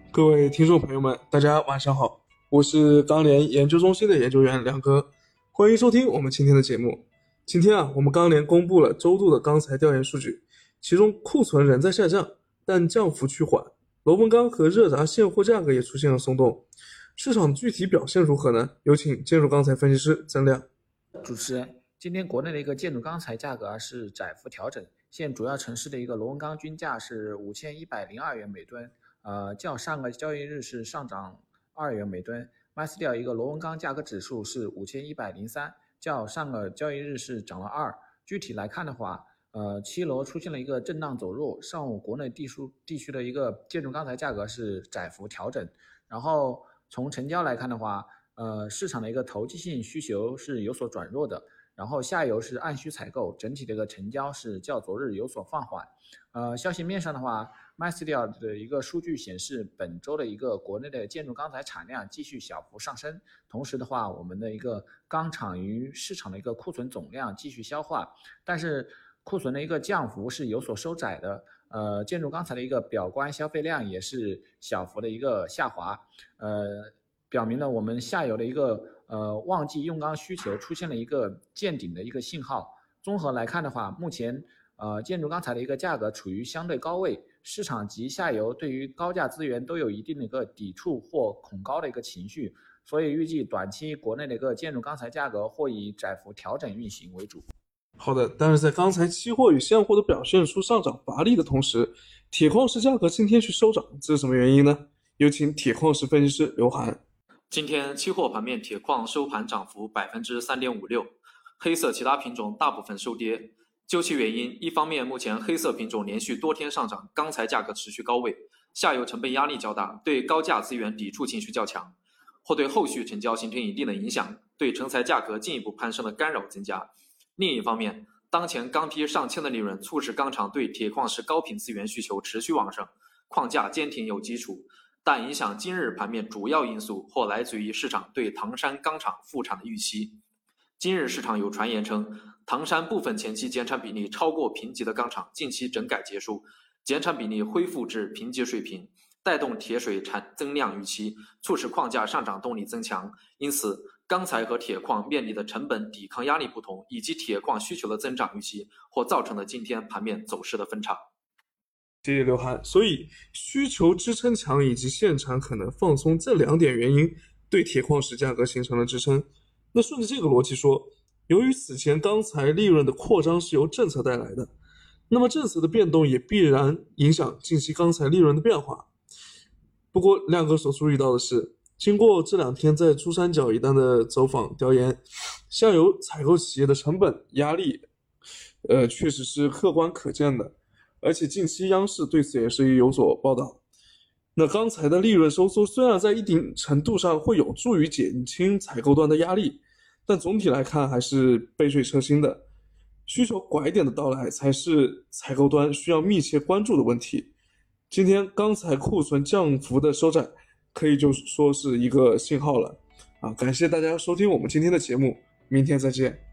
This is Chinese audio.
各位听众朋友们，大家晚上好，我是钢联研究中心的研究员梁哥，欢迎收听我们今天的节目。今天我们钢联公布了周度的钢材调研数据，其中库存仍在下降，但降幅趋缓，螺纹钢和热轧现货价格也出现了松动，市场具体表现如何呢？有请建筑钢材分析师曾亮。 主持人，今天国内的一个建筑钢材价格是窄幅调整，现主要城市的一个螺纹钢均价是5102元每吨，较上个交易日是上涨2元每吨。MySteel 一个螺纹钢价格指数是5103，较上个交易日是涨了2。具体来看的话，七螺出现了一个震荡走弱，上午国内地区的一个建筑钢材价格是窄幅调整。然后从成交来看的话，市场的一个投机性需求是有所转弱的，然后下游是按需采购，整体的一个成交是较昨日有所放缓。消息面上的话，MySteel 的一个数据显示，本周的一个国内的建筑钢材产量继续小幅上升，同时的话，我们的一个钢厂与市场的一个库存总量继续消化，但是库存的一个降幅是有所收窄的。建筑钢材的一个表观消费量也是小幅的一个下滑，表明了我们下游的一个旺季用钢需求出现了一个见顶的一个信号。综合来看的话，目前建筑钢材的一个价格处于相对高位，市场及下游对于高价资源都有一定的一个抵触或恐高的一个情绪，所以预计短期国内的一个建筑钢材价格或以窄幅调整运行为主。 好的，但是在钢材期货与现货的表现出上涨乏力的同时，铁矿石价格今天去收涨，这是什么原因呢？有请铁矿石分析师刘涵。 今天期货盘面，铁矿收盘涨幅3.56%，黑色其他品种大部分收跌。究其原因，一方面目前黑色品种连续多天上涨，钢材价格持续高位，下游成本压力较大，对高价资源抵触情绪较强，或对后续成交形成一定的影响，对成材价格进一步攀升的干扰增加。另一方面，当前钢坯上千的利润促使钢厂对铁矿石高品资源需求持续旺盛，矿价坚挺有基础，但影响今日盘面主要因素或来自于市场对唐山钢厂复产的预期。今日市场有传言称，唐山部分前期减产比例超过评级的钢厂近期整改结束，减产比例恢复至评级水平，带动铁水产增量预期，促使矿价上涨动力增强。因此，钢材和铁矿面临的成本抵抗压力不同，以及铁矿需求的增长预期，或造成了今天盘面走势的分叉。 谢谢刘涵。所以需求支撑强以及限产可能放松这两点原因对铁矿石价格形成了支撑。那顺着这个逻辑说，由于此前钢材利润的扩张是由政策带来的，那么政策的变动也必然影响近期钢材利润的变化。不过亮哥所注意到的是，经过这两天在珠三角一带的走访调研，下游采购企业的成本压力确实是客观可见的，而且近期央视对此也是有所报道。那钢材的利润收缩虽然在一定程度上会有助于减轻采购端的压力，但总体来看还是杯水车薪的，需求拐点的到来才是采购端需要密切关注的问题。今天钢材库存降幅的收窄可以就说是一个信号了感谢大家收听我们今天的节目，明天再见。